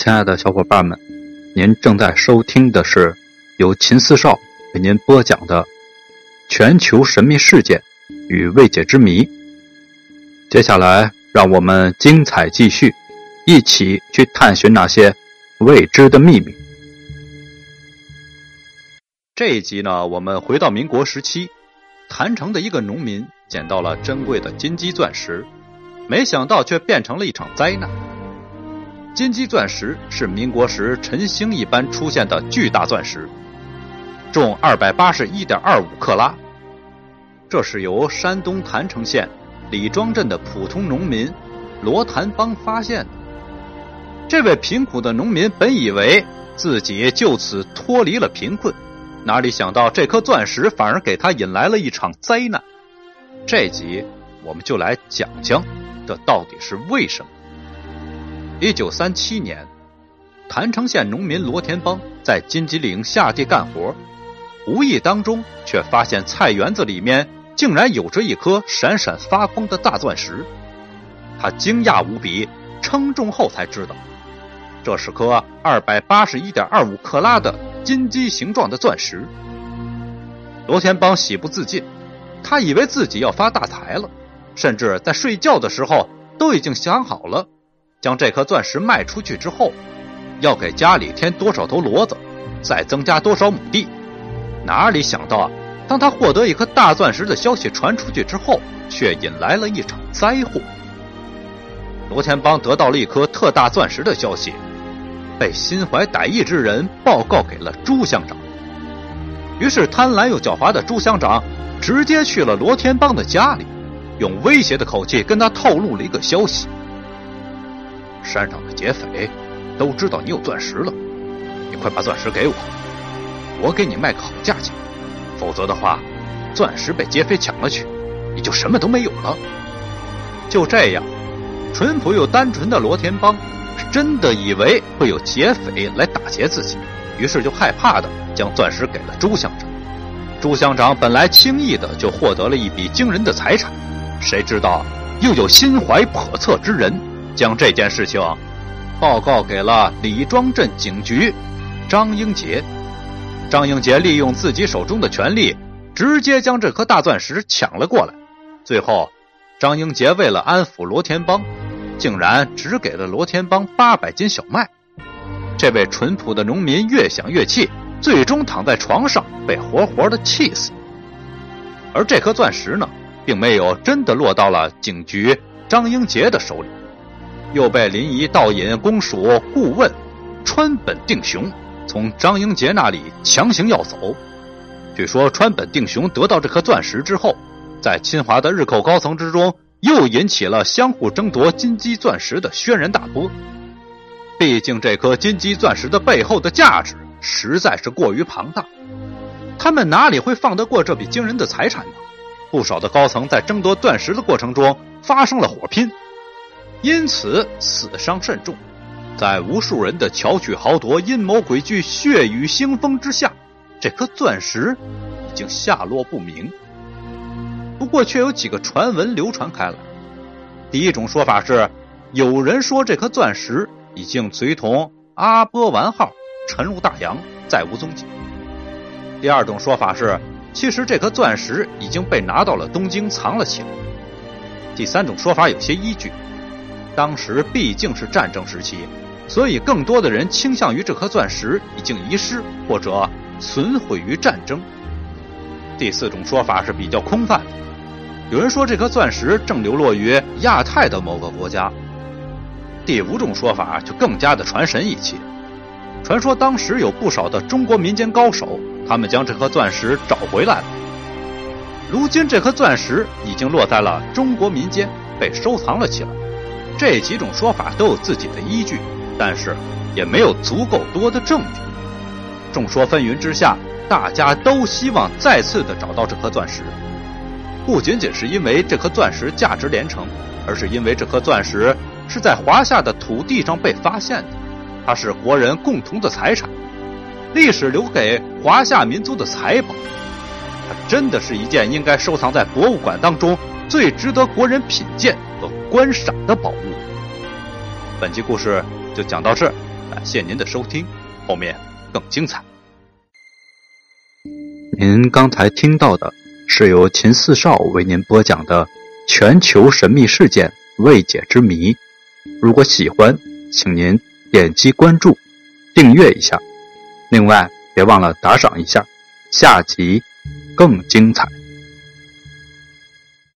亲爱的小伙伴们，您正在收听的是由秦四少为您播讲的全球神秘事件与未解之谜。接下来让我们精彩继续，一起去探寻那些未知的秘密。这一集呢，我们回到民国时期，郯城的一个农民捡到了珍贵的金鸡钻石，没想到却变成了一场灾难。金鸡钻石是民国时晨星一般出现的巨大钻石，重281.25克拉。这是由山东郯城县李庄镇的普通农民罗谭邦发现的。这位贫苦的农民本以为自己就此脱离了贫困，哪里想到这颗钻石反而给他引来了一场灾难。这集我们就来讲讲这到底是为什么。1937年，郯城县农民罗田邦在金鸡岭下地干活，无意当中却发现菜园子里面竟然有着一颗闪闪发光的大钻石。他惊讶无比，称重后才知道，这是颗281.25克拉的金鸡形状的钻石。罗田邦喜不自禁，他以为自己要发大财了，甚至在睡觉的时候都已经想好了，将这颗钻石卖出去之后，要给家里添多少头骡子，再增加多少亩地。哪里想到当他获得一颗大钻石的消息传出去之后，却引来了一场灾祸。罗田邦得到了一颗特大钻石的消息，被心怀歹意之人报告给了朱乡长。于是贪婪又狡猾的朱乡长直接去了罗田邦的家里，用威胁的口气跟他透露了一个消息：山上的劫匪都知道你有钻石了，你快把钻石给我，我给你卖个好价钱，否则的话，钻石被劫匪抢了去，你就什么都没有了。就这样，淳朴又单纯的罗田邦真的以为会有劫匪来打劫自己，于是就害怕的将钻石给了朱乡长。朱乡长本来轻易的就获得了一笔惊人的财产，谁知道又有心怀叵测之人将这件事情报告给了李庄镇警局张英杰。张英杰利用自己手中的权力，直接将这颗大钻石抢了过来。最后张英杰为了安抚罗田邦，竟然只给了罗田邦800斤小麦。这位淳朴的农民越想越气，最终躺在床上被活活的气死。而这颗钻石呢，并没有真的落到了警局张英杰的手里，又被临沂道尹公署顾问川本定雄从张英杰那里强行要走。据说川本定雄得到这颗钻石之后，在侵华的日寇高层之中又引起了相互争夺金鸡钻石的轩然大波。毕竟这颗金鸡钻石的背后的价值实在是过于庞大，他们哪里会放得过这笔惊人的财产呢？不少的高层在争夺钻石的过程中发生了火拼，因此死伤甚重。在无数人的巧取豪夺、阴谋诡计、血雨腥风之下，这颗钻石已经下落不明。不过却有几个传闻流传开来。第一种说法是，有人说这颗钻石已经随同阿波丸号沉入大洋，再无踪迹。第二种说法是，其实这颗钻石已经被拿到了东京藏了起来。第三种说法有些依据，当时毕竟是战争时期，所以更多的人倾向于这颗钻石已经遗失或者损毁于战争。第四种说法是比较空泛的，有人说这颗钻石正流落于亚太的某个国家。第五种说法就更加的传神一些，传说当时有不少的中国民间高手，他们将这颗钻石找回来了。如今这颗钻石已经落在了中国民间，被收藏了起来。这几种说法都有自己的依据，但是也没有足够多的证据。众说纷纭之下，大家都希望再次的找到这颗钻石，不仅仅是因为这颗钻石价值连城，而是因为这颗钻石是在华夏的土地上被发现的，它是国人共同的财产，历史留给华夏民族的财宝，它真的是一件应该收藏在博物馆当中最值得国人品鉴和观赏的宝物。本期故事就讲到这， 感谢您的收听，后面更精彩。您刚才听到的是由秦四少为您播讲的全球神秘事件未解之谜。如果喜欢，请您点击关注订阅一下，另外别忘了打赏一下，下集更精彩。